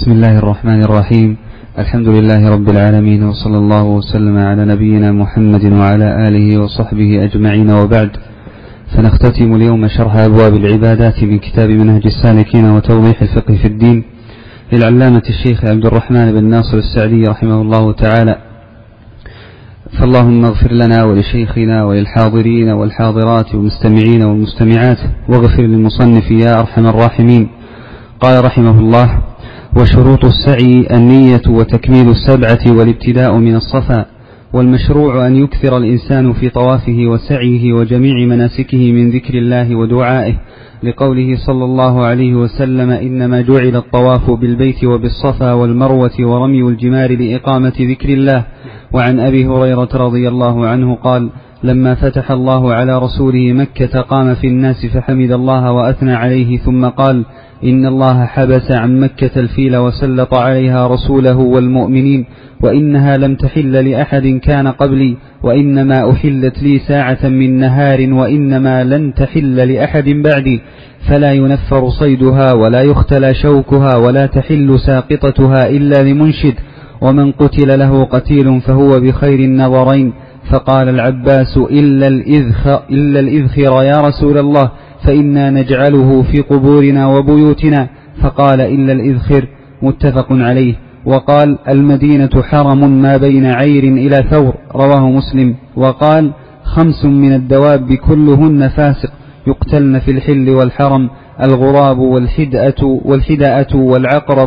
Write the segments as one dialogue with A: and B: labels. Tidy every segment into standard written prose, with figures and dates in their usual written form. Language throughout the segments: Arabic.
A: بسم الله الرحمن الرحيم. الحمد لله رب العالمين، وصلى الله وسلم على نبينا محمد وعلى آله وصحبه أجمعين، وبعد. فنختتم اليوم شرح أبواب العبادات من كتاب منهج السالكين وتوضيح الفقه في الدين للعلامة الشيخ عبد الرحمن بن ناصر السعدي رحمه الله تعالى. فاللهم اغفر لنا ولشيخنا وللحاضرين والحاضرات والمستمعين والمستمعات، واغفر للمصنف يا أرحم الراحمين. قال رحمه الله: وشروط السعي النية وتكميل السبعة والابتداء من الصفا، والمشروع أن يكثر الإنسان في طوافه وسعيه وجميع مناسكه من ذكر الله ودعائه، لقوله صلى الله عليه وسلم: إنما جعل الطواف بالبيت وبالصفا والمروة ورمي الجمار لإقامة ذكر الله. وعن أبي هريرة رضي الله عنه قال: لما فتح الله على رسوله مكة قام في الناس فحمد الله وأثنى عليه، ثم قال: إن الله حبس عن مكة الفيل وسلط عليها رسوله والمؤمنين، وإنها لم تحل لأحد كان قبلي، وإنما أحلت لي ساعة من نهار، وإنما لن تحل لأحد بعدي، فلا ينفر صيدها ولا يختلى شوكها ولا تحل ساقطتها إلا لمنشد، ومن قتل له قتيل فهو بخير النظرين. فقال العباس: إلا الإذخر يا رسول الله، فإنا نجعله في قبورنا وبيوتنا. فقال: إلا الإذخر. متفق عليه. وقال: المدينة حرم ما بين عير إلى ثور، رواه مسلم. وقال: 5 من الدواب كلهن فاسق يقتلن في الحل والحرم: الغراب والحدأة والعقرب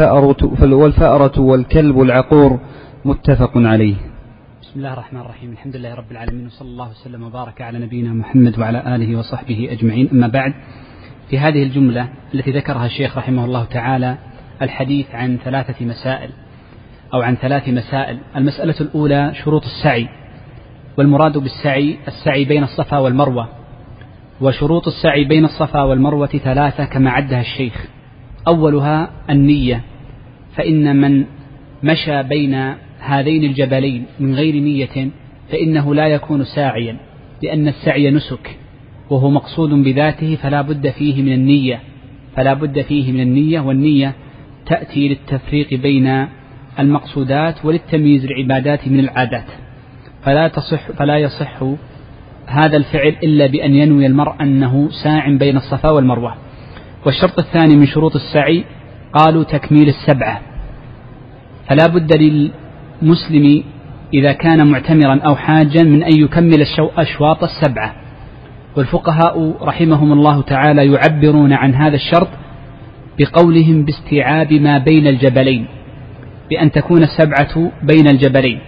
A: والفأرة والكلب العقور. متفق عليه.
B: بسم الله الرحمن الرحيم. الحمد لله رب العالمين، وصلى الله وسلم وبارك على نبينا محمد وعلى آله وصحبه أجمعين. أما بعد، في هذه الجملة التي ذكرها الشيخ رحمه الله تعالى الحديث عن 3 مسائل أو عن 3 مسائل. المسألة الأولى شروط السعي، والمراد بالسعي السعي بين الصفا والمروة. وشروط السعي بين الصفا والمروة 3 كما عدها الشيخ. أولها النية، فإن من مشى بين هذين الجبلين من غير نية فإنه لا يكون ساعيا، لأن السعي نسك وهو مقصود بذاته، فلا بد فيه من النية، والنية تأتي للتفريق بين المقصودات وللتمييز العبادات من العادات، فلا يصح هذا الفعل إلا بأن ينوي المرء أنه ساع بين الصفا والمروة. والشرط الثاني من شروط السعي قالوا تكميل 7، فلا بد للمسلم إذا كان معتمرا أو حاجا من أن يكمل أشواط 7. والفقهاء رحمهم الله تعالى يعبرون عن هذا الشرط بقولهم باستيعاب ما بين الجبلين، بأن تكون 7 بين الجبلين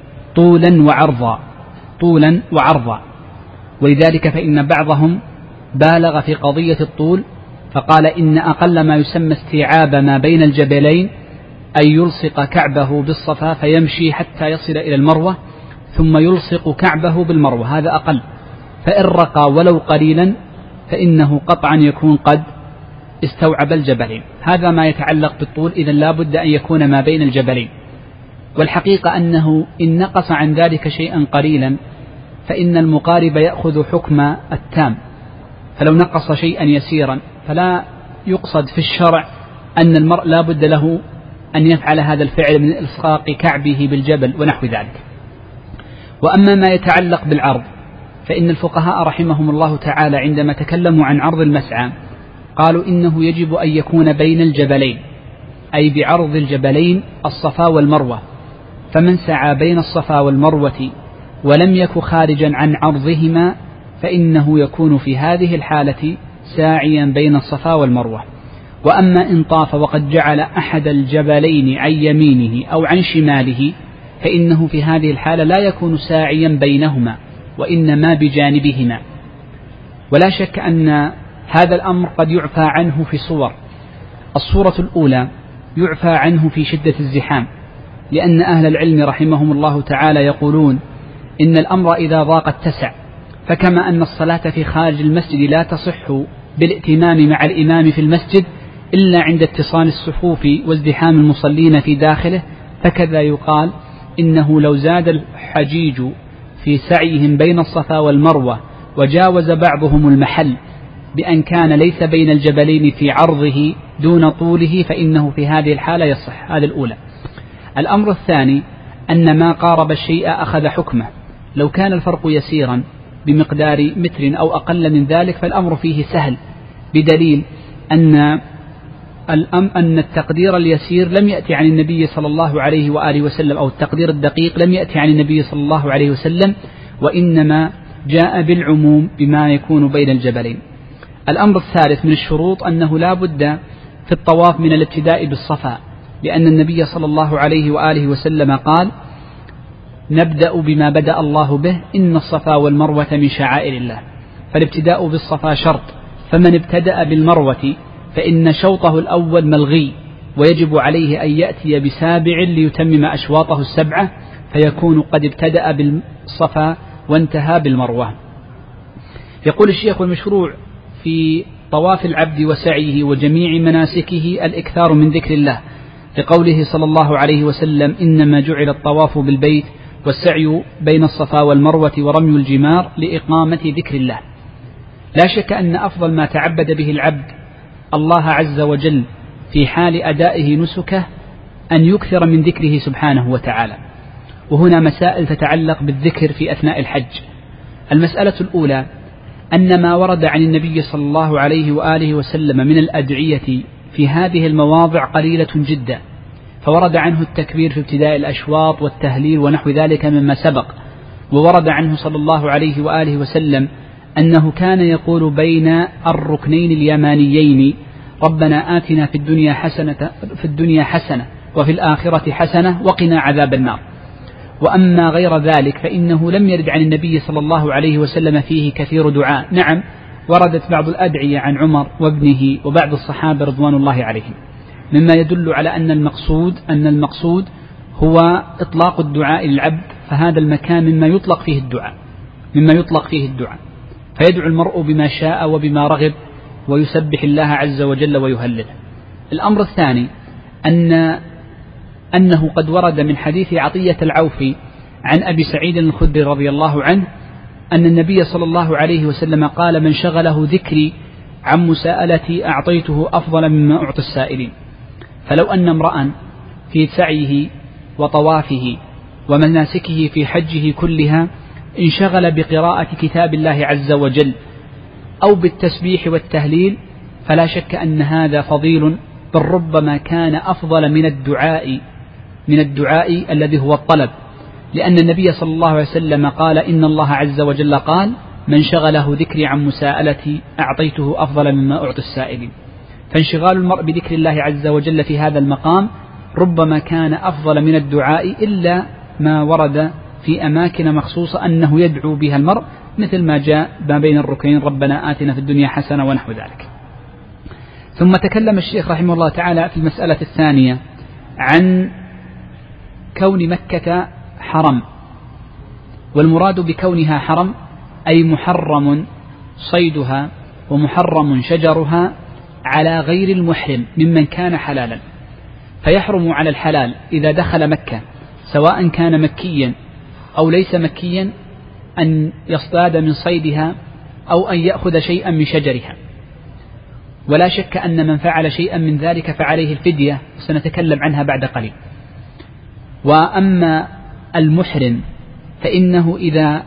B: طولا وعرضا. ولذلك فإن بعضهم بالغ في قضية الطول، فقال إن أقل ما يسمى استيعاب ما بين الجبلين أن يلصق كعبه بالصفا فيمشي حتى يصل إلى المروة، ثم يلصق كعبه بالمروة، هذا أقل. فإن رقى ولو قليلا فإنه قطعا يكون قد استوعب الجبلين. هذا ما يتعلق بالطول، إذن لا بد أن يكون ما بين الجبلين. والحقيقة أنه إن نقص عن ذلك شيئا قليلا فإن المقارب يأخذ حكم التام، فلو نقص شيئا يسيرا فلا يقصد في الشرع أن المرء لا بد له أن يفعل هذا الفعل من إلصاق كعبه بالجبل ونحو ذلك. وأما ما يتعلق بالعرض فإن الفقهاء رحمهم الله تعالى عندما تكلموا عن عرض المسعى قالوا إنه يجب أن يكون بين الجبلين، أي بعرض الجبلين الصفا والمروة. فمن سعى بين الصفا والمروة ولم يك خارجا عن عرضهما فإنه يكون في هذه الحالة ساعيا بين الصفا والمروة. وأما إن طاف وقد جعل أحد الجبلين عن يمينه أو عن شماله فإنه في هذه الحالة لا يكون ساعيا بينهما، وإنما بجانبهما. ولا شك أن هذا الأمر قد يعفى عنه في صور. الصورة الأولى يعفى عنه في شدة الزحام، لأن أهل العلم رحمهم الله تعالى يقولون إن الأمر إذا ضاق اتسع. فكما أن الصلاة في خارج المسجد لا تصح بالائتمام مع الإمام في المسجد إلا عند اتصال الصفوف وازدحام المصلين في داخله، فكذا يقال إنه لو زاد الحجيج في سعيهم بين الصفا والمروة وجاوز بعضهم المحل بأن كان ليس بين الجبلين في عرضه دون طوله فإنه في هذه الحالة يصح. هذا الأولى. الأمر الثاني أن ما قارب الشيء أخذ حكمه. لو كان الفرق يسيرا بمقدار متر أو أقل من ذلك فالأمر فيه سهل، بدليل أن التقدير اليسير لم يأتي عن النبي صلى الله عليه وآله وسلم، أو التقدير الدقيق لم يأتي عن النبي صلى الله عليه وسلم، وإنما جاء بالعموم بما يكون بين الجبلين. الأمر الثالث من الشروط أنه لا بد في الطواف من الابتداء بالصفا، لأن النبي صلى الله عليه وآله وسلم قال: نبدأ بما بدأ الله به، إن الصفا والمروة من شعائر الله. فالابتداء بالصفا شرط، فمن ابتدأ بالمروة فإن شوطه الأول ملغي، ويجب عليه أن يأتي بسابع ليتمم أشواطه السبعة، فيكون قد ابتدأ بالصفا وانتهى بالمروة. يقول الشيخ: المشروع في طواف العبد وسعيه وجميع مناسكه الإكثار من ذكر الله، لقوله صلى الله عليه وسلم: إنما جعل الطواف بالبيت والسعي بين الصفا والمروة ورمي الجمار لإقامة ذكر الله. لا شك أن أفضل ما تعبد به العبد الله عز وجل في حال أدائه نسكه أن يكثر من ذكره سبحانه وتعالى. وهنا مسائل تتعلق بالذكر في أثناء الحج. المسألة الأولى أن ما ورد عن النبي صلى الله عليه وآله وسلم من الأدعية في هذه المواضع قليلة جدا، فورد عنه التكبير في ابتداء الأشواط والتهليل ونحو ذلك مما سبق، وورد عنه صلى الله عليه وآله وسلم أنه كان يقول بين الركنين اليمانيين: ربنا آتنا في الدنيا حسنة وفي الآخرة حسنة وقنا عذاب النار. وأما غير ذلك فإنه لم يرد عن النبي صلى الله عليه وسلم فيه كثير دعاء. نعم، وردت بعض الأدعية عن عمر وابنه وبعض الصحابة رضوان الله عليهم، مما يدل على أن المقصود هو إطلاق الدعاء للعبد، فهذا المكان مما يطلق فيه الدعاء، فيدعو المرء بما شاء وبما رغب ويسبح الله عز وجل ويهلله. الأمر الثاني أنه قد ورد من حديث عطية العوفي عن أبي سعيد الخدري رضي الله عنه أن النبي صلى الله عليه وسلم قال: من شغله ذكري عن مساءلتي أعطيته أفضل مما أعطي السائلين. فلو أن امرأ في سعيه وطوافه ومناسكه في حجه كلها انشغل بقراءة كتاب الله عز وجل أو بالتسبيح والتهليل، فلا شك أن هذا فضيل، بل ربما كان أفضل من الدعاء الذي هو الطلب، لأن النبي صلى الله عليه وسلم قال: إن الله عز وجل قال: من شغله ذكري عن مساءلتي أعطيته أفضل مما أعطي السائلين. فانشغال المرء بذكر الله عز وجل في هذا المقام ربما كان أفضل من الدعاء، إلا ما ورد في أماكن مخصوصة أنه يدعو بها المرء، مثل ما جاء ما بين الركنين: ربنا آتنا في الدنيا حسنة ونحو ذلك. ثم تكلم الشيخ رحمه الله تعالى في المسألة الثانية عن كون مكة حرم، والمراد بكونها حرم أي محرم صيدها ومحرم شجرها على غير المحرم ممن كان حلالا، فيحرم على الحلال إذا دخل مكة سواء كان مكيا أو ليس مكيا أن يصطاد من صيدها أو أن يأخذ شيئا من شجرها. ولا شك أن من فعل شيئا من ذلك فعليه الفدية، سنتكلم عنها بعد قليل. وأما المحرم فإنه إذا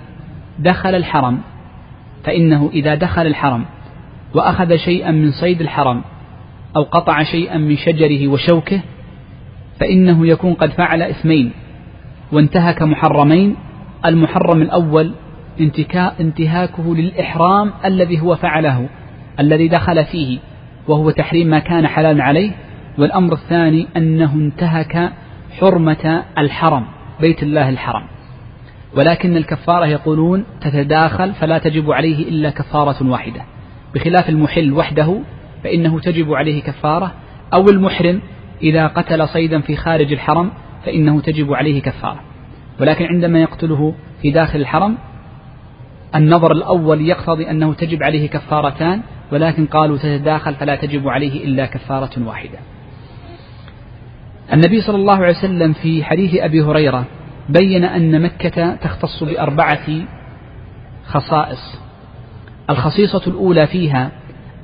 B: دخل الحرم وأخذ شيئا من صيد الحرم أو قطع شيئا من شجره وشوكه فإنه يكون قد فعل إثمين وانتهك محرمين. المحرم الأول انتهاكه للإحرام الذي هو فعله الذي دخل فيه، وهو تحريم ما كان حلالا عليه. والأمر الثاني أنه انتهك حرمة الحرم، بيت الله الحرم. ولكن الكفارة يقولون تتداخل، فلا تجب عليه إلا كفارة واحدة، بخلاف المحل وحده فإنه تجب عليه كفارة، أو المحرم إذا قتل صيدا في خارج الحرم فإنه تجب عليه كفارة. ولكن عندما يقتله في داخل الحرم النظر الأول يقتضي أنه تجب عليه كفارتان، ولكن قالوا تتداخل فلا تجب عليه إلا كفارة واحدة. النبي صلى الله عليه وسلم في حديث أبي هريرة بين أن مكة تختص ب4 خصائص. الخصيصة الأولى فيها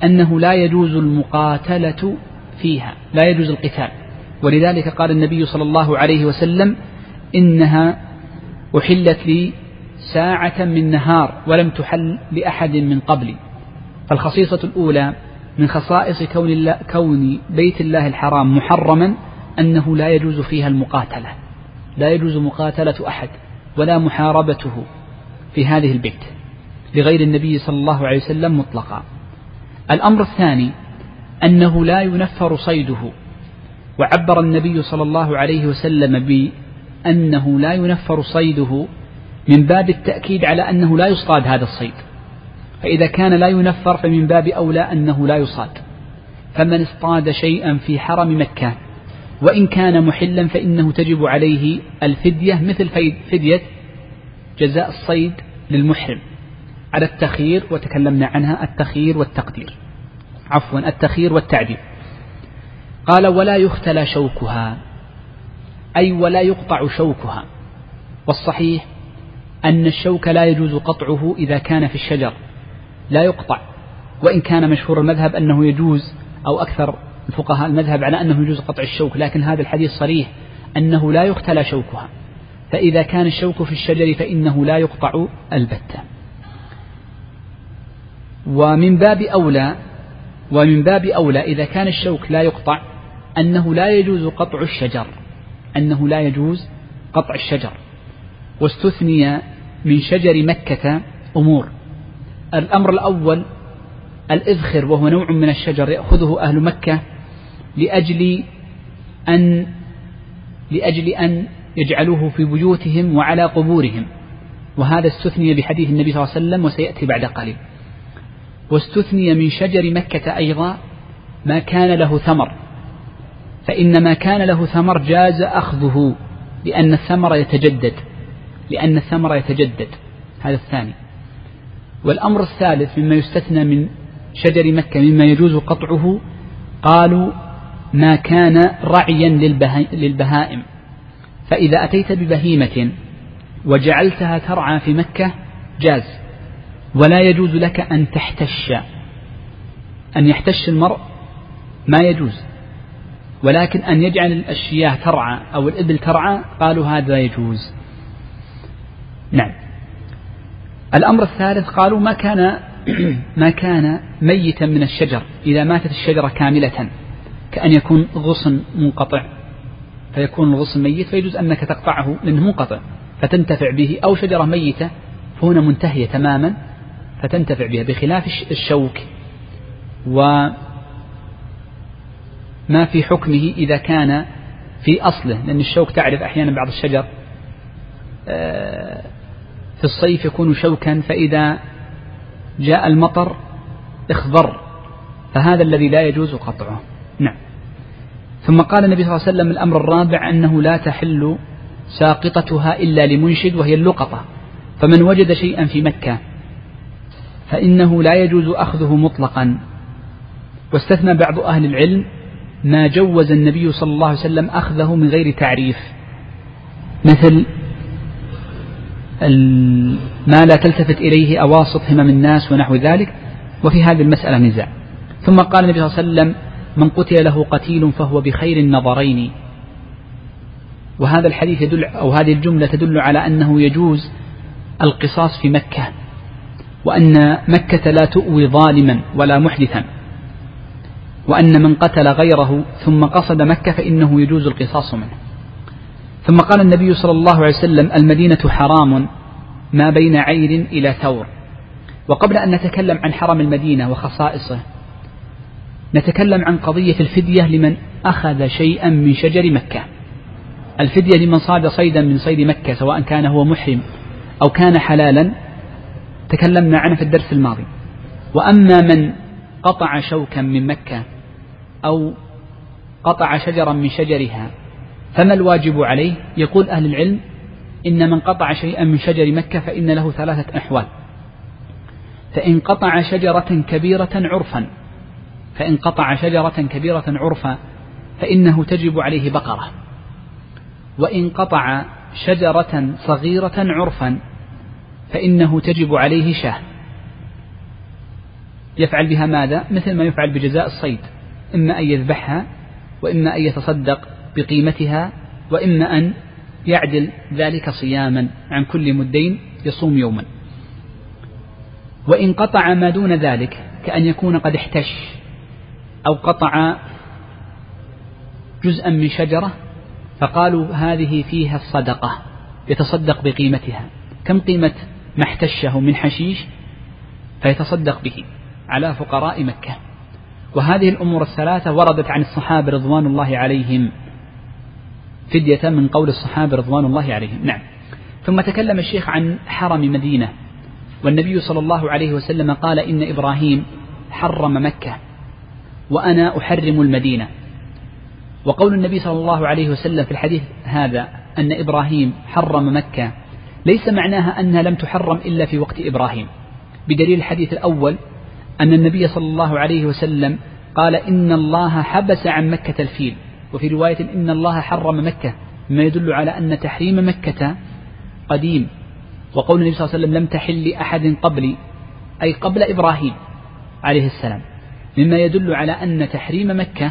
B: أنه لا يجوز المقاتلة فيها، لا يجوز القتال. ولذلك قال النبي صلى الله عليه وسلم إنها أحلت لي ساعة من نهار ولم تحل لأحد من قبلي. فالخصيصة الأولى من خصائص كون بيت الله الحرام محرما أنه لا يجوز فيها المقاتلة، لا يجوز مقاتلة أحد ولا محاربته في هذه البيت لغير النبي صلى الله عليه وسلم مطلقا. الأمر الثاني أنه لا ينفر صيده، وعبر النبي صلى الله عليه وسلم بأنه لا ينفر صيده من باب التأكيد على أنه لا يصطاد هذا الصيد، فإذا كان لا ينفر فمن باب أولى أنه لا يصاد. فمن اصطاد شيئا في حرم مكة وإن كان محلا فإنه تجب عليه الفدية مثل فدية جزاء الصيد للمحرم على التخيير، وتكلمنا عنها التخيير والتقدير، عفوا التخيير والتعديل. قال ولا يختلى شوكها، أي ولا يقطع شوكها. والصحيح أن الشوك لا يجوز قطعه إذا كان في الشجر، لا يقطع، وإن كان مشهور المذهب أنه يجوز، أو أكثر الفقهاء المذهب على أنه يجوز قطع الشوك، لكن هذا الحديث صريح أنه لا يختلى شوكها، فإذا كان الشوك في الشجر فإنه لا يقطع البتة. ومن باب أولى إذا كان الشوك لا يقطع أنه لا يجوز قطع الشجر، أنه لا يجوز قطع الشجر. واستثني من شجر مكة أمور. الأمر الأول الإذخر، وهو نوع من الشجر يأخذه أهل مكة لأجل أن يجعلوه في بيوتهم وعلى قبورهم، وهذا استثني بحديث النبي صلى الله عليه وسلم وسيأتي بعد قليل. واستثني من شجر مكة أيضا ما كان له ثمر، فإن ما كان له ثمر جاز أخذه لأن الثمر يتجدد، هذا الثاني. والأمر الثالث مما يستثنى من شجر مكة مما يجوز قطعه، قالوا ما كان رعيا للبهائم، فإذا أتيت ببهيمة وجعلتها ترعى في مكة جاز، ولا يجوز لك أن يحتش المرء ما يجوز، ولكن أن يجعل الشياه ترعى أو الإبل ترعى قالوا هذا يجوز. نعم. الأمر الثالث قالوا ما كان ميتا من الشجر، إذا ماتت الشجرة كاملة كأن يكون غصن منقطع فيكون الغصن ميت فيجوز أنك تقطعه لأنه منقطع فتنتفع به، أو شجرة ميتة فهنا منتهية تماما فتنتفع بها، بخلاف الشوك وما في حكمه إذا كان في أصله، لأن الشوك تعرف أحيانا بعض الشجر في الصيف يكون شوكا فإذا جاء المطر اخضر، فهذا الذي لا يجوز قطعه. نعم. ثم قال النبي صلى الله عليه وسلم الأمر الرابع أنه لا تحل ساقطتها إلا لمنشد، وهي اللقطة، فمن وجد شيئا في مكة فإنه لا يجوز أخذه مطلقا. واستثنى بعض أهل العلم ما جوز النبي صلى الله عليه وسلم أخذه من غير تعريف، مثل ما لا تلتفت إليه أواسط همم الناس ونحو ذلك، وفي هذه المسألة نزاع. ثم قال النبي صلى الله عليه وسلم من قتل له قتيل فهو بخير النظرين. وهذا الحديث يدل، أو هذه الجملة تدل على أنه يجوز القصاص في مكة، وأن مكة لا تؤوي ظالما ولا محدثا، وأن من قتل غيره ثم قصد مكة فإنه يجوز القصاص منه. ثم قال النبي صلى الله عليه وسلم المدينة حرام ما بين عير إلى ثور. وقبل أن نتكلم عن حرم المدينة وخصائصه نتكلم عن قضية الفدية لمن أخذ شيئا من شجر مكة. الفدية لمن صاد صيدا من صيد مكة سواء كان هو محرم أو كان حلالا، تكلمنا عنه في الدرس الماضي. وأما من قطع شوكا من مكة أو قطع شجرا من شجرها فما الواجب عليه؟ يقول أهل العلم إن من قطع شيئا من شجر مكة فإن له 3 أحوال. فإن قطع شجرة كبيرة عرفا فإنه تجب عليه بقرة، وإن قطع شجرة صغيرة عرفا فإنه تجب عليه شاة. يفعل بها ماذا؟ مثل ما يفعل بجزاء الصيد، إما أن يذبحها، وإما أن يتصدق بقيمتها، وإما أن يعدل ذلك صياما عن كل مدين يصوم يوما. وإن قطع ما دون ذلك كأن يكون قد احتش أو قطع جزءا من شجرة، فقالوا هذه فيها الصدقة، يتصدق بقيمتها. كم قيمة ما احتشه من حشيش؟ فيتصدق به على فقراء مكة. وهذه الأمور الثلاثة وردت عن الصحابة رضوان الله عليهم فدية من قول الصحابة رضوان الله عليهم. نعم. ثم تكلم الشيخ عن حرم مدينة، والنبي صلى الله عليه وسلم قال إن إبراهيم حرم مكة وأنا أحرم المدينة. وقول النبي صلى الله عليه وسلم في الحديث هذا أن إبراهيم حرم مكة ليس معناها أنها لم تحرم إلا في وقت إبراهيم، بدليل الحديث الأول أن النبي صلى الله عليه وسلم قال إن الله حبس عن مكة الفيل، وفي رواية إن الله حرم مكة، مما يدل على أن تحريم مكة قديم. وقول النبي صلى الله عليه وسلم لم تحل لأحد قبلي، أي قبل إبراهيم عليه السلام، مما يدل على أن تحريم مكة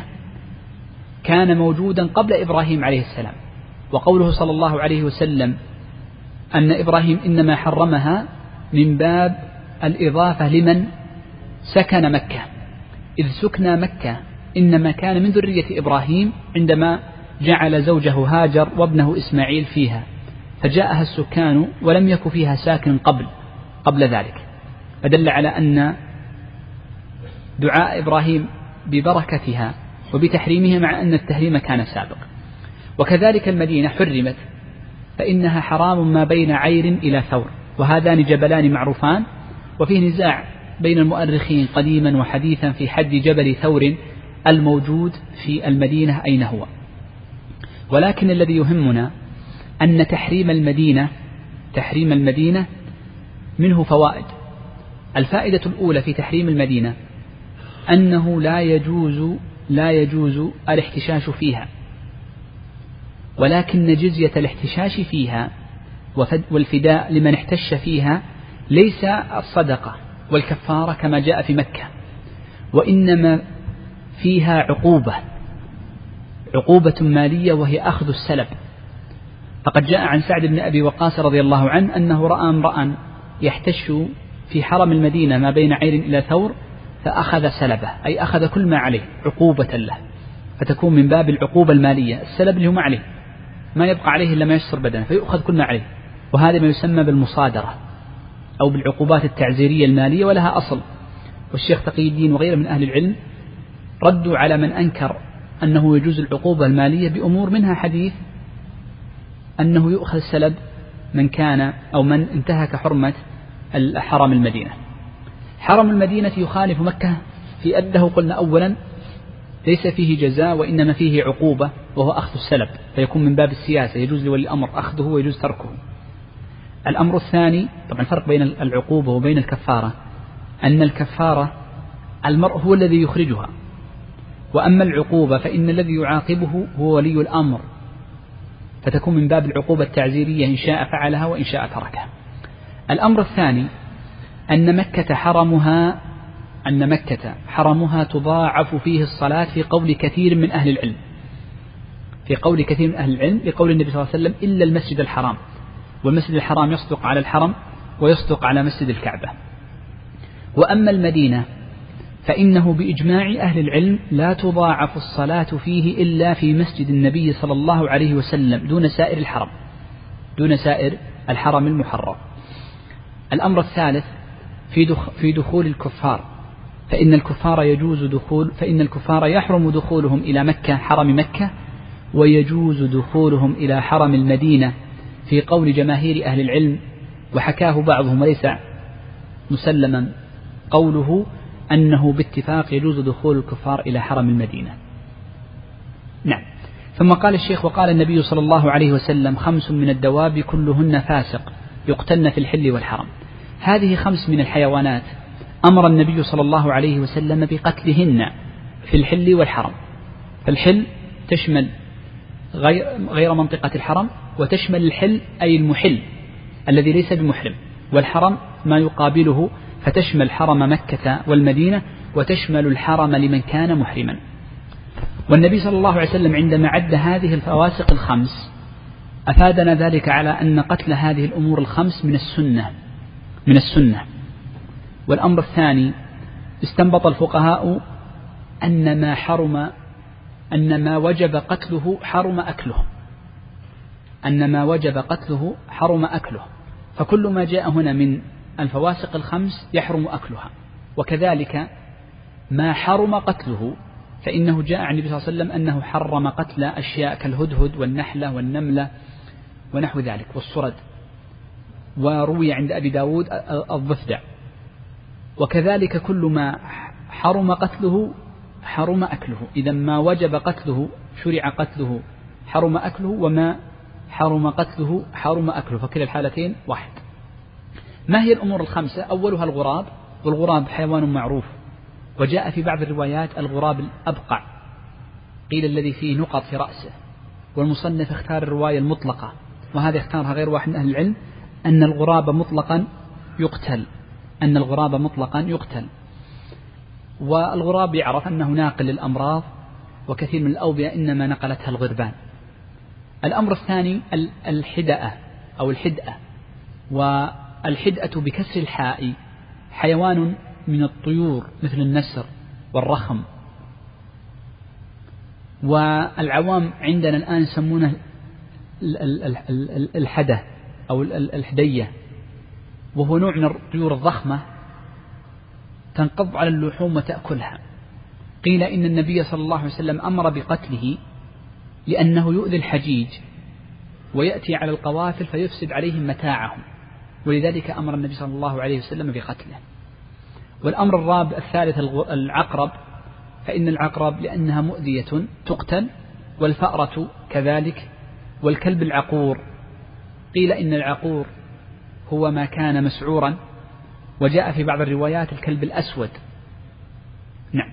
B: كان موجودا قبل إبراهيم عليه السلام. وقوله صلى الله عليه وسلم أن إبراهيم إنما حرمها من باب الإضافة لمن سكن مكة، إذ سكن مكة إنما كان من ذرية إبراهيم عندما جعل زوجه هاجر وابنه إسماعيل فيها، فجاءها السكان ولم يكن فيها ساكن قبل ذلك، فدل على أن دعاء إبراهيم ببركتها وبتحريمها مع أن التحريم كان سابق. وكذلك المدينة حرمت فإنها حرام ما بين عير إلى ثور، وهذان جبلان معروفان، وفيه نزاع بين المؤرخين قديما وحديثا في حد جبل ثور الموجود في المدينة أين هو. ولكن الذي يهمنا أن تحريم المدينة منه فوائد. الفائدة الأولى في تحريم المدينة أنه لا يجوز الاحتشاش فيها، ولكن جزية الاحتشاش فيها والفداء لمن احتش فيها ليس الصدقة والكفارة كما جاء في مكة، وإنما فيها عقوبة مالية وهي أخذ السلب. فقد جاء عن سعد بن أبي وقاص رضي الله عنه أنه رأى امرأ يحتش في حرم المدينة ما بين عير إلى ثور، فأخذ سلبه، أي أخذ كل ما عليه عقوبة له، فتكون من باب العقوبة المالية. السلب اللي هو ما عليه، ما يبقى عليه إلا ما يسر بدنه، فيؤخذ كل ما عليه، وهذا ما يسمى بالمصادرة أو بالعقوبات التعزيرية المالية، ولها أصل. والشيخ تقي الدين وغيره من أهل العلم ردوا على من أنكر أنه يجوز العقوبة المالية بأمور، منها حديث أنه يؤخذ سلب من كان أو من انتهك حرمة حرم المدينة. حرم المدينة يخالف مكة في أنه قلنا أولا ليس فيه جزاء وإنما فيه عقوبة، وهو أخذ السلب، فيكون من باب السياسة، يجوز لولي الأمر أخذه ويجوز تركه. الأمر الثاني، طبعا الفرق بين العقوبة وبين الكفارة أن الكفارة المرء هو الذي يخرجها، وأما العقوبة فإن الذي يعاقبه هو ولي الأمر، فتكون من باب العقوبة التعزيرية إن شاء فعلها وإن شاء تركها. الأمر الثاني أن مكة حرمها تضاعف فيه الصلاة في قول كثير من أهل العلم، لقول النبي صلى الله عليه وسلم إلا المسجد الحرام، والمسجد الحرام يصدق على الحرم ويصدق على مسجد الكعبة. وأما المدينة فإنه بإجماع أهل العلم لا تضاعف الصلاة فيه إلا في مسجد النبي صلى الله عليه وسلم دون سائر الحرم المحرم. الأمر الثالث في دخول الكفار، فإن الكفار يحرم دخولهم إلى مكة حرم مكة، ويجوز دخولهم إلى حرم المدينة في قول جماهير أهل العلم، وحكاه بعضهم وليس مسلما قوله أنه باتفاق يجوز دخول الكفار إلى حرم المدينة. نعم. ثم قال الشيخ: وقال النبي صلى الله عليه وسلم: 5 من الدواب كلهن فاسق يقتلن في الحل والحرم. هذه 5 من الحيوانات أمر النبي صلى الله عليه وسلم بقتلهن في الحل والحرم. فالحل تشمل غير منطقة الحرم، وتشمل الحل أي المحل الذي ليس بمحرم، والحرم ما يقابله، فتشمل حرم مكة والمدينة وتشمل الحرم لمن كان محرما. والنبي صلى الله عليه وسلم عندما عد هذه الفواسق الخمس أفادنا ذلك على أن قتل هذه الأمور الخمس من السنة. والأمر الثاني استنبط الفقهاء أن ما وجب قتله حرم أكله، فكل ما جاء هنا من الفواسق الخمس يحرم أكلها، وكذلك ما حرم قتله فإنه جاء عن النبي صلى الله عليه وسلم أنه حرم قتل أشياء كالهدهد والنحلة والنملة ونحو ذلك والصرد، وروي عند أبي داود الضفدع. وكذلك كل ما حرم قتله حرم أكله، إذا ما وجب قتله شرع قتله حرم أكله، وما حرم قتله حرم أكله، فكلا الحالتين واحد. ما هي الأمور الخمسة؟ أولها الغراب، والغراب حيوان معروف، وجاء في بعض الروايات الغراب الأبقع، قيل الذي فيه نقط في رأسه، والمصنف اختار الرواية المطلقة، وهذا اختارها غير واحد من أهل العلم، أن الغراب مطلقا يقتل. والغراب يعرف أنه ناقل للأمراض، وكثير من الأوبئة إنما نقلتها الغربان. الأمر الثاني الحدأة أو الحدأة، والحدأة بكسر الحاء حيوان من الطيور مثل النسر والرخم، والعوام عندنا الآن يسمونه الحدة أو الحدية، وهو نوع من الطيور الضخمة تنقض على اللحوم وتأكلها. قيل إن النبي صلى الله عليه وسلم أمر بقتله لأنه يؤذي الحجيج ويأتي على القوافل فيفسد عليهم متاعهم، ولذلك أمر النبي صلى الله عليه وسلم بقتله. والأمر الرابع الثالث العقرب، فإن العقرب لأنها مؤذية تقتل، والفأرة كذلك، والكلب العقور قيل إن العقور هو ما كان مسعورا، وجاء في بعض الروايات الكلب الأسود. نعم.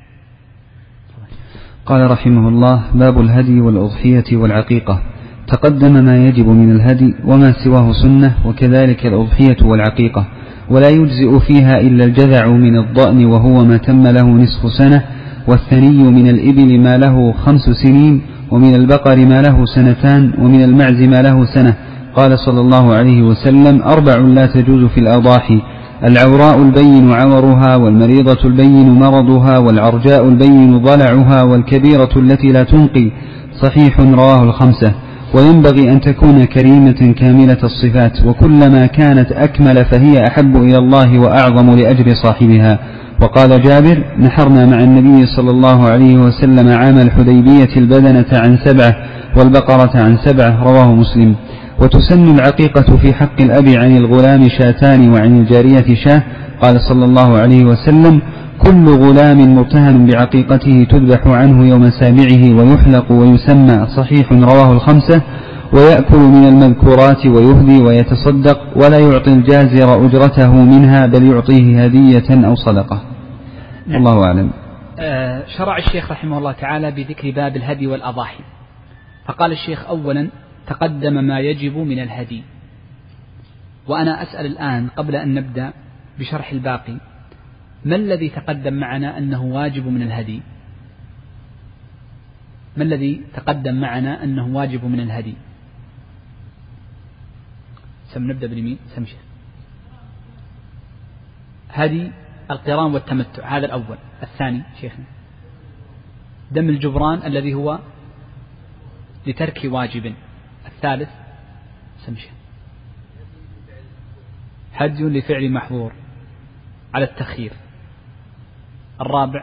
A: قال رحمه الله: باب الهدي والأضحية والعقيقة. تقدم ما يجب من الهدي وما سواه سنة، وكذلك الأضحية والعقيقة، ولا يجزئ فيها إلا الجذع من الضأن وهو ما تم له نصف سنة، والثني من الإبل ما له 5 سنين، ومن البقر ما له 2 سنين، ومن المعز ما له 1 سنة. قال صلى الله عليه وسلم: 4 لا تجوز في الأضاحي: العوراء البين عورها، والمريضة البين مرضها، والعرجاء البين ضلعها، والكبيرة التي لا تنقي. صحيح، رواه 5. وينبغي أن تكون كريمة كاملة الصفات، وكلما كانت أكمل فهي أحب إلى الله وأعظم لأجر صاحبها. وقال جابر: نحرنا مع النبي صلى الله عليه وسلم عام الحديبية البدنة عن 7 والبقرة عن 7. رواه مسلم. وتسن العقيقة في حق الأب عن الغلام 2 وعن الجارية 1. قال صلى الله عليه وسلم: كل غلام مرتهن بعقيقته تذبح عنه يوم سابعه ويحلق ويسمى. صحيح، رواه 5. ويأكل من المذكورات ويهدي ويتصدق، ولا يعطي الجازر أجرته منها، بل يعطيه هدية أو صدقة. الله أعلم.
B: شرع الشيخ رحمه الله تعالى بذكر باب الهدي والأضاحي، فقال الشيخ: أولا تقدم ما يجب من الهدي. وأنا أسأل الآن قبل أن نبدأ بشرح الباقي: ما الذي تقدم معنا أنه واجب من الهدي؟ ما الذي تقدم معنا أنه واجب من الهدي؟ نبدأ باليمين. سمشي هدي القران والتمتع، هذا الأول. الثاني شيخنا دم الجبران الذي هو لترك واجب. الثالث سمشي هدي لفعل محظور على التخيير. الرابع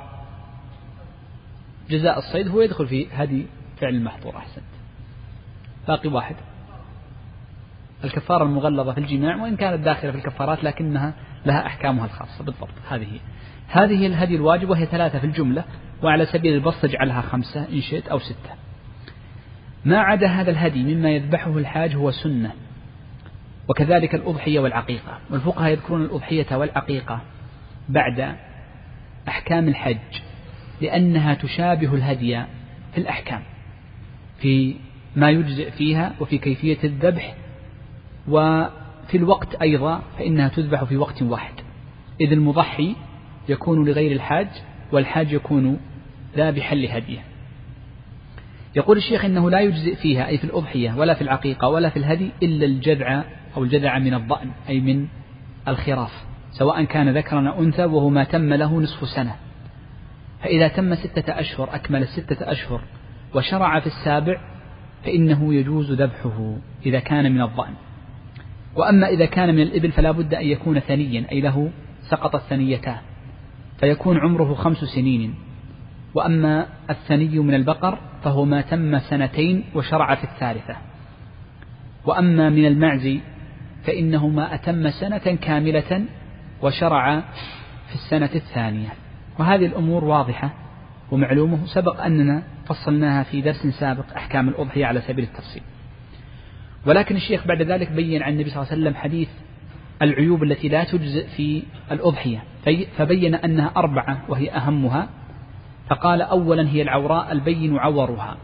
B: جزاء الصيد، هو يدخل في هدي فعل المحظور. أحسنت. باقي واحد الكفارة المغلظة في الجماع، وإن كانت داخلة في الكفارات لكنها لها أحكامها الخاصة بالضبط. هذه الهدي الواجب، وهي 3 في الجملة، وعلى سبيل البسط اجعلها 5 إن شئت أو 6. ما عدا هذا الهدي مما يذبحه الحاج هو سنة، وكذلك الأضحية والعقيقة. والفقهاء يذكرون الأضحية والعقيقة بعد أحكام الحج، لأنها تشابه الهدي في الأحكام، في ما يجزئ فيها وفي كيفية الذبح، وفي الوقت أيضا، فإنها تذبح في وقت واحد. إذ المضحي يكون لغير الحاج، والحاج يكون ذابحا لهديه. يقول الشيخ إنه لا يجزئ فيها أي في الأضحية ولا في العقيقة ولا في الهدي إلا الجذع أو الجذع من الضأن أي من الخراف، سواء كان ذكرا أو أنثى، وهو ما تم له نصف سنة. فإذا تم 6 أشهر أكمل 6 أشهر وشرع في السابع فإنه يجوز ذبحه إذا كان من الضأن. وأما إذا كان من الإبل فلا بد أن يكون ثنيا أي له سقط الثنيتان فيكون عمره 5 سنين. وأما الثني من البقر فهو ما تم 2 وشرع في 3. وأما من المعز فإنه ما أتم 1 كاملة وشرع في 2. وهذه الأمور واضحة ومعلومة، سبق أننا فصلناها في درس سابق أحكام الأضحية على سبيل التفصيل. ولكن الشيخ بعد ذلك بين عن النبي صلى الله عليه وسلم حديث العيوب التي لا تجزئ في الأضحية، فبين أنها 4 وهي أهمها. فقال: أولا هي العوراء البين عورها.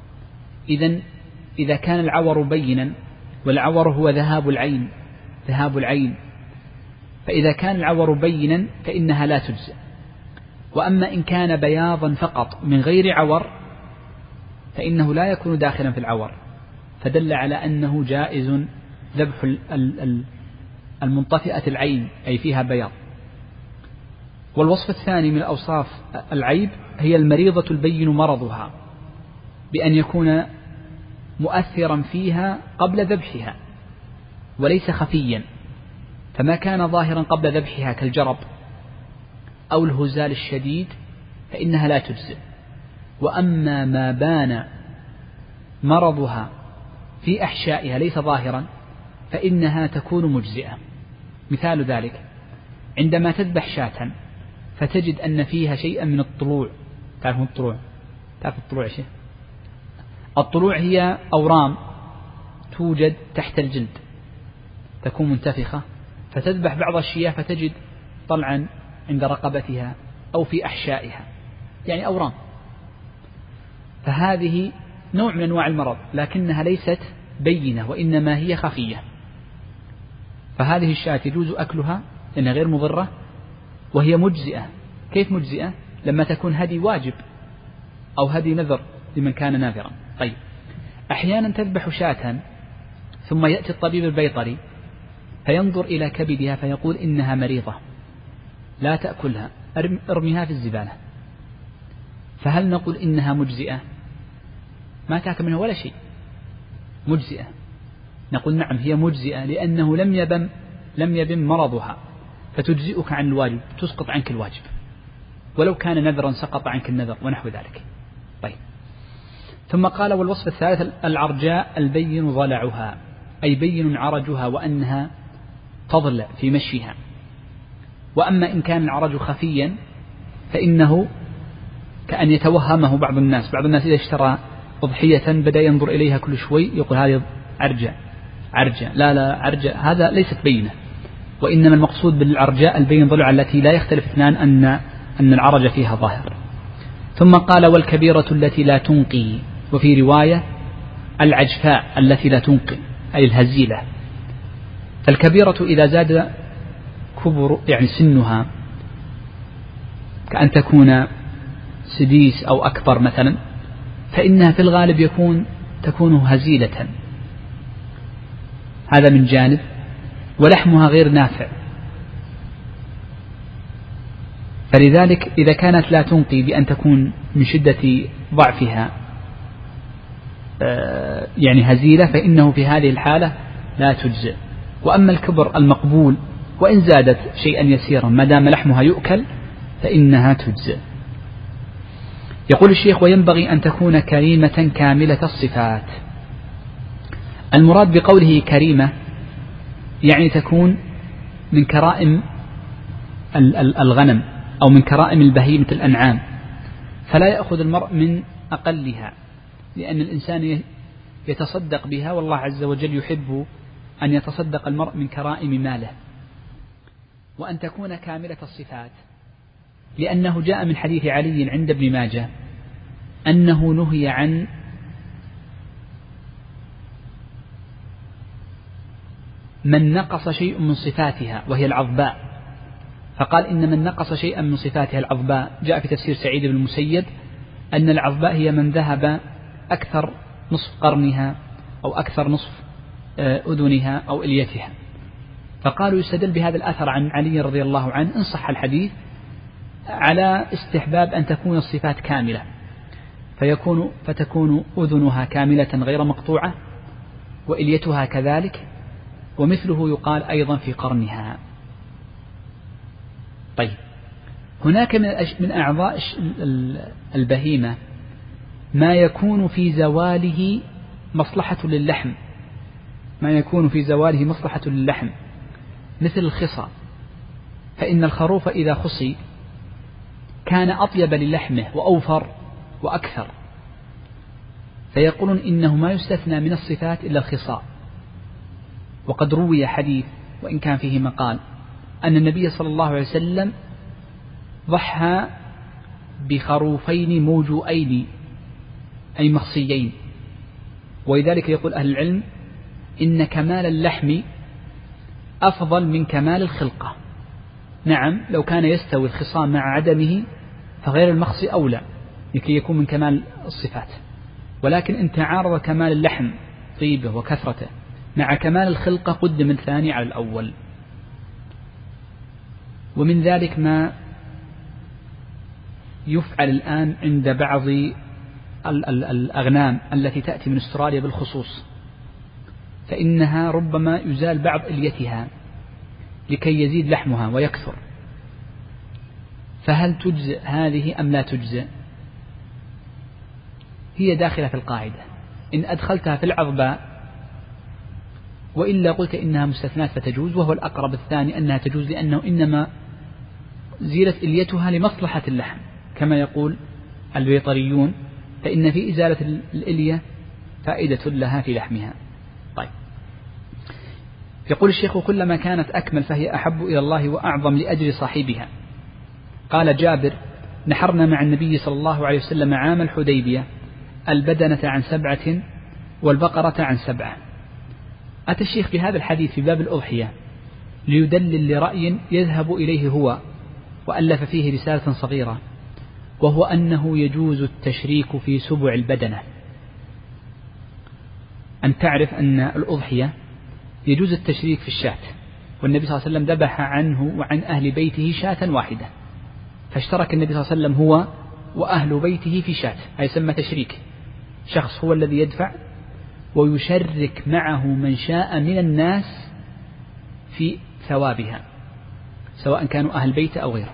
B: إذا كان العور بينا، والعور هو ذهاب العين، فإذا كان العور بينا فإنها لا تجزئ. وأما إن كان بياضا فقط من غير عور فإنه لا يكون داخلا في العور، فدل على أنه جائز ذبح المنطفئة العين أي فيها بياض. والوصف الثاني من أوصاف العيب هي المريضة البين مرضها، بأن يكون مؤثرا فيها قبل ذبحها وليس خفيا، فما كان ظاهرا قبل ذبحها كالجرب أو الهزال الشديد فإنها لا تجزئ. وأما ما بان مرضها في أحشائها ليس ظاهرا فإنها تكون مجزئة. مثال ذلك عندما تذبح شاة فتجد أن فيها شيئا من الطلوع. تعرف الطلوع شيء؟ الطلوع هي أورام توجد تحت الجلد تكون منتفخة، فتذبح بعض الشياه فتجد طلعا عند رقبتها أو في أحشائها، يعني أورام. فهذه نوع من أنواع المرض لكنها ليست بينة وإنما هي خفية، فهذه الشاة يجوز أكلها لأنها غير مضرة وهي مجزئة. كيف مجزئة؟ لما تكون هدي واجب أو هدي نذر لمن كان ناذرا. طيب، أحيانا تذبح شاة ثم يأتي الطبيب البيطري فينظر إلى كبدها فيقول إنها مريضة لا تأكلها، ارميها في الزبالة. فهل نقول إنها مجزئة؟ ما تأكل منها ولا شيء، مجزئة. نقول نعم هي مجزئة لأنه لم يبن مرضها، فتجزئك عن الواجب، تسقط عنك الواجب، ولو كان نذرا سقط عنك النذر ونحو ذلك. طيب، ثم قال: والوصف الثالث العرجاء البين ضلعها، أي بين عرجها وأنها تضلع في مشيها. وأما إن كان العرج خفيا فإنه كأن يتوهمه بعض الناس إذا اشترى أضحية بدأ ينظر إليها كل شوي يقول هذه عرجة. لا عرجة هذا ليست بينة، وإنما المقصود بالعرجاء البين ضلع التي لا يختلف اثنان أن العرج فيها ظاهر. ثم قال: والكبيرة التي لا تنقي، وفي رواية العجفاء التي لا تنقي أي الهزيلة. فالكبيرة إذا زاد كبر يعني سنها كأن تكون سديس أو أكبر مثلا، فإنها في الغالب تكون هزيلة، هذا من جانب، ولحمها غير نافع. فلذلك إذا كانت لا تنقي بأن تكون من شدة ضعفها يعني هزيلة فإنه في هذه الحالة لا تجزئ. وأما الكبر المقبول وإن زادت شيئا يسيرا ما دام لحمها يؤكل فإنها تجزئ. يقول الشيخ: وينبغي أن تكون كريمة كاملة الصفات. المراد بقوله كريمة يعني تكون من كرائم الغنم أو من كرائم البهيمة الأنعام، فلا يأخذ المرء من أقلها، لأن الإنسان يتصدق بها، والله عز وجل يحب أن يتصدق المرء من كرائم ماله. وأن تكون كاملة الصفات لأنه جاء من حديث علي عند ابن ماجه أنه نهي عن من نقص شيء من صفاتها وهي العظباء، فقال إن من نقص شيئا من صفاتها العظباء، جاء في تفسير سعيد بن المسيب أن العظباء هي من ذهب أكثر نصف قرنها أو أكثر نصف أذنها أو إليتها. فقالوا يستدل بهذا الأثر عن علي رضي الله عنه إن صح الحديث على استحباب أن تكون الصفات كاملة، فتكون أذنها كاملة غير مقطوعة وإليتها كذلك، ومثله يقال أيضا في قرنها. طيب، هناك من أعضاء البهيمة ما يكون في زواله مصلحة للحم، مثل الخصى، فإن الخروف إذا خصي كان أطيب للحمه وأوفر وأكثر، فيقولون إنه ما يستثنى من الصفات إلا الخصاء. وقد روي حديث وإن كان فيه مقال أن النبي صلى الله عليه وسلم ضحى بخروفين موجوئين أي مخصيين، ولذلك يقول أهل العلم إن كمال اللحم أفضل من كمال الخلقة. نعم، لو كان يستوي الخصام مع عدمه فغير المخصي أولى لكي يكون من كمال الصفات، ولكن إن تعارض كمال اللحم طيبه وكثرته مع كمال الخلقة قدم الثاني على الأول. ومن ذلك ما يفعل الآن عند بعض الأغنام التي تأتي من أستراليا بالخصوص، فإنها ربما يزال بعض إليتها لكي يزيد لحمها ويكثر، فهل تجزئ هذه أم لا تجزئ؟ هي داخلة في القاعدة، إن أدخلتها في العظباء وإلا قلت إنها مستثنات فتجوز، وهو الأقرب الثاني أنها تجوز، لأنه إنما زيلت إليتها لمصلحة اللحم كما يقول البيطريون، فإن في إزالة الإلية فائدة لها في لحمها. طيب، يقول الشيخ: كلما كانت أكمل فهي أحب إلى الله وأعظم لأجل صاحبها. قال جابر: نحرنا مع النبي صلى الله عليه وسلم عام الحديبية البدنة عن 7 والبقرة عن 7. أتى الشيخ بهذا الحديث في باب الأضحية ليدلل لرأي يذهب إليه هو، وألف فيه رسالة صغيرة، وهو أنه يجوز التشريك في سبع البدنة. أن تعرف أن الأضحية يجوز التشريك في الشاة، والنبي صلى الله عليه وسلم ذبح عنه وعن أهل بيته شاة واحدة، فاشترك النبي صلى الله عليه وسلم هو وأهل بيته في شاة، هذا يسمى تشريك. شخص هو الذي يدفع ويشرك معه من شاء من الناس في ثوابها، سواء كانوا أهل بيت أو غيره.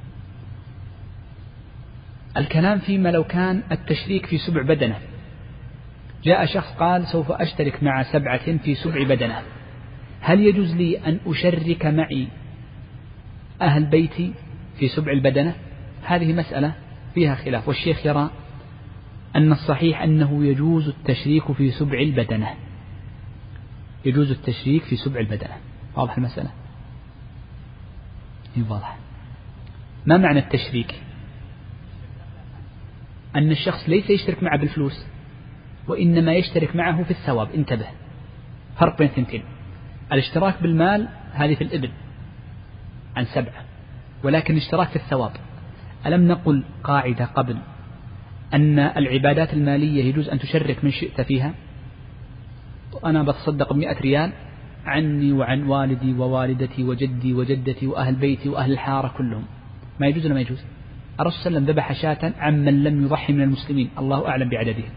B: الكلام فيما لو كان التشريك في سبع بدنة، جاء شخص قال سوف أشترك مع 7 في سبع بدنة، هل يجوز لي أن أشرك معي أهل بيتي في سبع البدنة؟ هذه مسألة فيها خلاف، والشيخ يرى أن الصحيح أنه يجوز التشريك في سبع البدنة، يجوز التشريك في سبع البدنة. واضح المسألة؟ واضح. ما معنى التشريك؟ أن الشخص ليس يشترك معه بالفلوس، وإنما يشترك معه في الثواب. انتبه، فرق بين ثنتين. الاشتراك بالمال هذه في الإبل عن 7، ولكن الاشتراك في الثواب. ألم نقل قاعدة قبل أن العبادات المالية يجوز أن تشرك من شئت فيها؟ أنا بتصدق 100 ريال عني وعن والدي ووالدتي وجدي وجدتي وأهل بيتي وأهل الحارة كلهم، ما يجوز ولا ما يجوز؟ الرسول صلى الله عليه وسلم ذبح شاة عمن لم يضحي من المسلمين، الله أعلم بعددهم.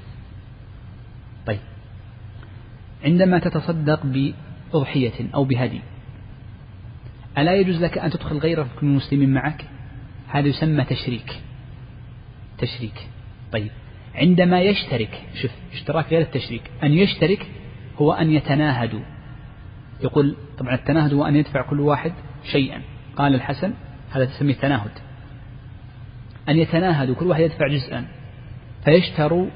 B: طيب، عندما تتصدق بأضحية أو بهدي، ألا يجوز لك أن تدخل غيرك من المسلمين معك؟ هذا يسمى تشريك. طيب، عندما يشترك، شوف اشتراك غير التشريك، أن يشترك هو أن يتناهدوا. يقول طبعا التناهد هو أن يدفع كل واحد شيئا، قال الحسن هذا تسميه تناهد، أن يتناهدوا كل واحد يدفع جزءا فيشتروا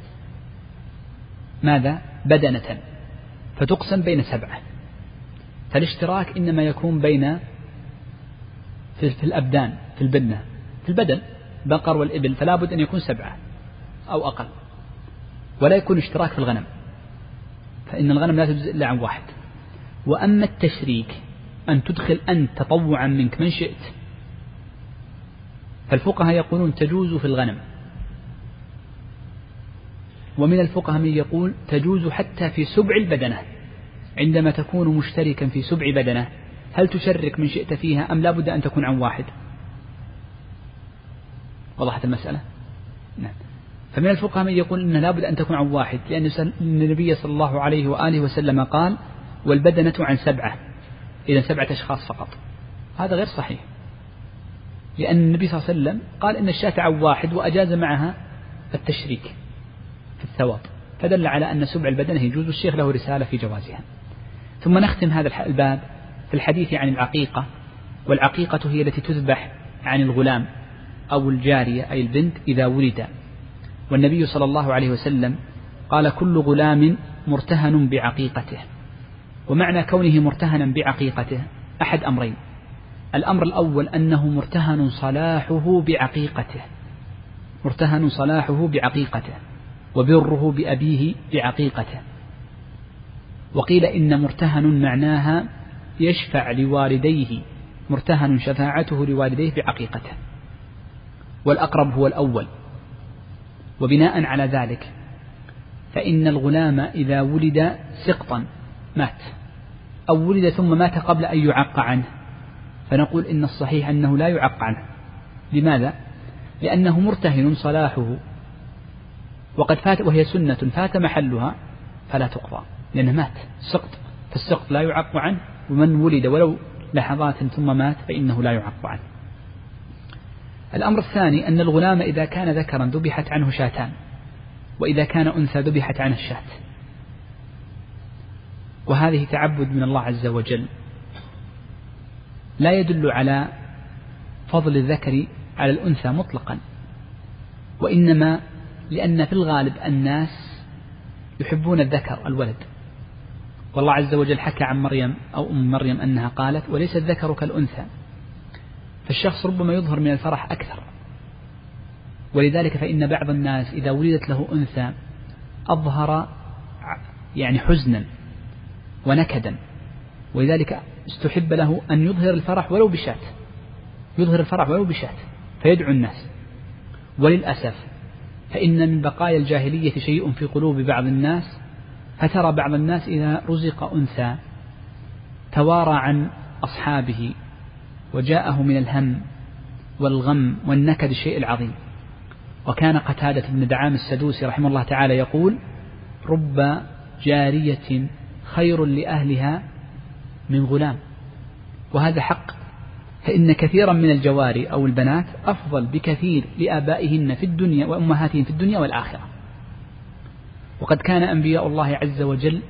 B: ماذا؟ بدنة، فتقسم بين 7. فالاشتراك إنما يكون بين في الأبدان، في البدنة، في البدن، بقر والإبل، فلا بد أن يكون 7 أو أقل، ولا يكون اشتراك في الغنم، فإن الغنم لا تجزئ إلا عن 1. وأما التشريك أن تدخل أنت تطوعا منك من شئت. فالفقهاء يقولون تجوز في الغنم، ومن الفقهاء من يقول تجوز حتى في سبع البدنة، عندما تكون مشتركا في سبع بدنة هل تشرك من شئت فيها أم لا بد أن تكون عن واحد؟ وضحت المسألة؟ نعم. فمن الفقهاء من يقول إن لا بد أن تكون عن واحد، لأن النبي صلى الله عليه وآله وسلم قال والبدنة عن 7، إذا 7 أشخاص فقط. هذا غير صحيح، لأن النبي صلى الله عليه وسلم قال إن الشاة عن 1 وأجاز معها التشريك في الثواب، فدل على أن سبع البدنة يجوز. الشيخ له رسالة في جوازها. ثم نختم هذا الباب في الحديث عن العقيقة، والعقيقة هي التي تذبح عن الغلام أو الجارية أي البنت إذا ولد. والنبي صلى الله عليه وسلم قال كل غلام مرتهن بعقيقته. ومعنى كونه مرتهنا بعقيقته أحد أمرين: الأمر الأول أنه مرتهن صلاحه بعقيقته، مرتهن صلاحه بعقيقته وبره بأبيه بعقيقته. وقيل إن مرتهن معناها يشفع لوالديه، مرتهن شفاعته لوالديه بعقيقته، والأقرب هو الأول. وبناء على ذلك فإن الغلام إذا ولد سقطا مات، أو ولد ثم مات قبل أن يعق عنه، فنقول إن الصحيح أنه لا يعق عنه. لماذا؟ لأنه مرتهن صلاحه وقد فات، وهي سنة فات محلها فلا تقضى لأنه مات سقط، فالسقط لا يعق عنه، ومن ولد ولو لحظات ثم مات فإنه لا يعق عنه. الأمر الثاني أن الغلام إذا كان ذكرا ذبحت عنه شاتان، وإذا كان أنثى ذبحت عنه الشاة. وهذه تعبد من الله عز وجل، لا يدل على فضل الذكر على الأنثى مطلقا، وإنما لأن في الغالب الناس يحبون الذكر الولد. والله عز وجل حكى عن مريم أو أم مريم أنها قالت وليس الذكر كالأنثى، فالشخص ربما يظهر من الفرح أكثر. ولذلك فإن بعض الناس إذا ولدت له أنثى أظهر يعني حزنا ونكدا، ولذلك استحب له أن يظهر الفرح ولو بشاة، يظهر الفرح ولو بشاة فيدعو الناس. وللأسف فإن من بقايا الجاهلية شيء في قلوب بعض الناس، فترى بعض الناس إذا رزق أنثى توارى عن أصحابه وجاءه من الهم والغم والنكد الشيء العظيم. وكان قتادة بن دعام السدوسي رحمه الله تعالى يقول رب جارية خير لأهلها من غلام، وهذا حق، فإن كثيرا من الجواري أو البنات أفضل بكثير لآبائهن في الدنيا وأمهاتهن في الدنيا والآخرة. وقد كان أنبياء الله عز وجل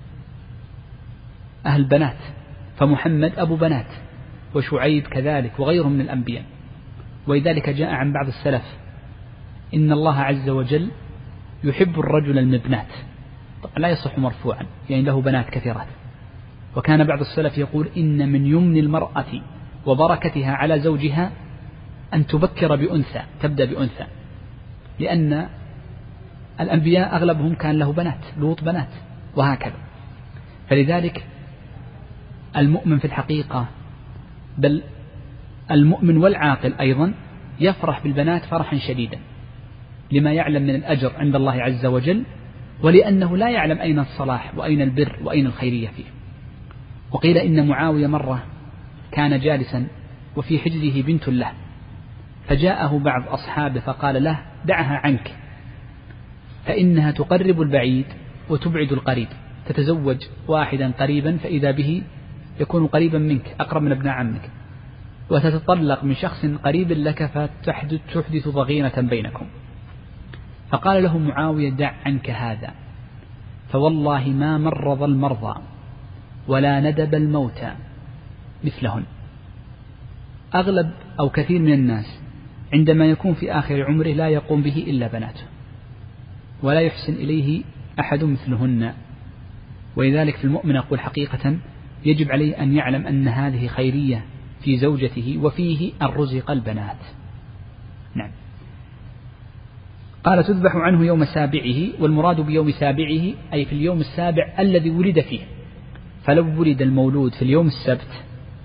B: أهل بنات، فمحمد أبو بنات، وشعيب كذلك، وغيرهم من الأنبياء. ولذلك جاء عن بعض السلف إن الله عز وجل يحب الرجل المبنات، لا يصح مرفوعا يعني له بنات كثيرات. وكان بعض السلف يقول إن من يمن المرأة وبركتها على زوجها أن تبكر بأنثى، تبدأ بأنثى، لأن الأنبياء أغلبهم كان له بنات، لوط بنات وهكذا. فلذلك المؤمن في الحقيقة، بل المؤمن والعاقل أيضا، يفرح بالبنات فرحا شديدا لما يعلم من الأجر عند الله عز وجل، ولأنه لا يعلم أين الصلاح وأين البر وأين الخيرية فيه. وقيل إن معاوية مرة كان جالسا وفي حجزه بنت له، فجاءه بعض أصحابه فقال له دعها عنك فإنها تقرب البعيد وتبعد القريب، تتزوج واحدا قريبا فإذا به يكون قريبا منك أقرب من ابن عمك، وتتطلق من شخص قريب لك فتحدث ضغينة بينكم. فقال له معاوية دع عنك هذا، فوالله ما مرض المرضى ولا ندب الموتى مثلهن. أغلب أو كثير من الناس عندما يكون في آخر عمره لا يقوم به إلا بناته، ولا يحسن إليه أحد مثلهن. ولذلك في المؤمن أقول حقيقة يجب عليه أن يعلم أن هذه خيرية في زوجته، وفيه أن رزق البنات. نعم. قال تذبح عنه يوم سابعه، والمراد بيوم سابعه أي في اليوم السابع الذي ولد فيه. فلو ولد المولود في اليوم السبت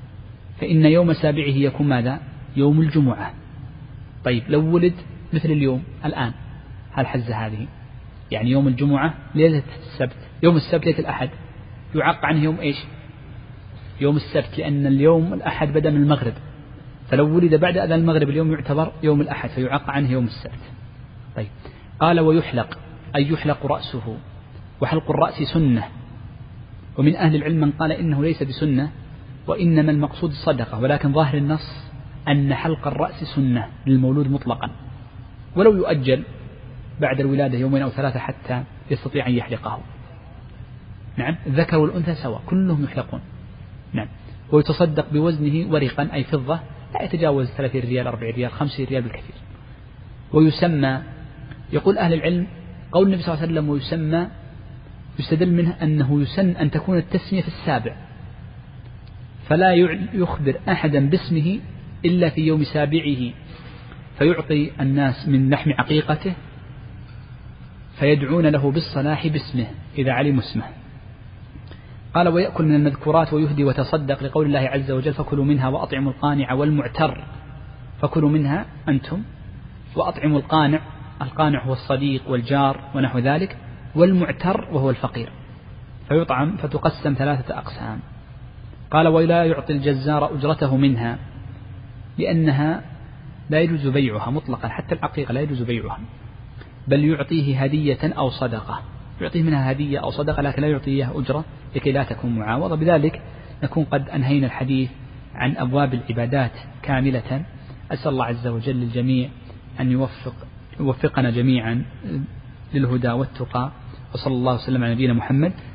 B: فإن يوم سابعه يكون ماذا؟ يوم الجمعة. طيب لو ولد مثل اليوم الآن هالحزة هذه، يعني يوم الجمعة ليلة السبت، يوم السبت ليلة الأحد، يعق عنه يوم إيش؟ يوم السبت، لأن اليوم الأحد بدأ من المغرب، فلو ولد بعد أذان المغرب اليوم يعتبر يوم الأحد فيعق عنه يوم السبت. طيب قال ويحلق أي يحلق رأسه، وحلق الرأس سنة. ومن أهل العلم من قال إنه ليس بسنة وإنما المقصود الصدقة، ولكن ظاهر النص أن حلق الرأس سنة للمولود مطلقا، ولو يؤجل بعد الولادة يومين أو ثلاثة حتى يستطيع أن يحلقه. نعم الذكر والأنثى سواء كلهم يحلقون. نعم ويتصدق بوزنه ورقا أي فضة لا يتجاوز 30 ريال 40 ريال 50 ريال بالكثير. ويسمى، يقول أهل العلم قول النبي صلى الله عليه وسلم ويسمى يستدل منه أنه يسن أن تكون التسمية في السابع، فلا يخبر أحدا باسمه إلا في يوم سابعه، فيعطي الناس من لحم عقيقته فيدعون له بالصلاح باسمه إذا علموا اسمه. قال ويأكل من المذكورات ويهدي وتصدق لقول الله عز وجل فكلوا منها وأطعموا القانع والمعتر، فكلوا منها أنتم وأطعموا القانع، القانع هو الصديق والجار ونحو ذلك، والمعتر وهو الفقير، فيطعم فتقسم 3 أقسام. قال ولا يعطي الجزار أجرته منها لأنها لا يجوز بيعها مطلقا، حتى العقيقة لا يجوز بيعها، بل يعطيه هدية أو صدقة، يعطيه منها هدية أو صدقة لكن لا يعطيه أجرة لكي لا تكون معاوضة. بذلك نكون قد أنهينا الحديث عن أبواب العبادات كاملة. أسأل الله عز وجل للجميع أن يوفقنا جميعا للهدى والتقى، وصلى الله وسلم على نبينا محمد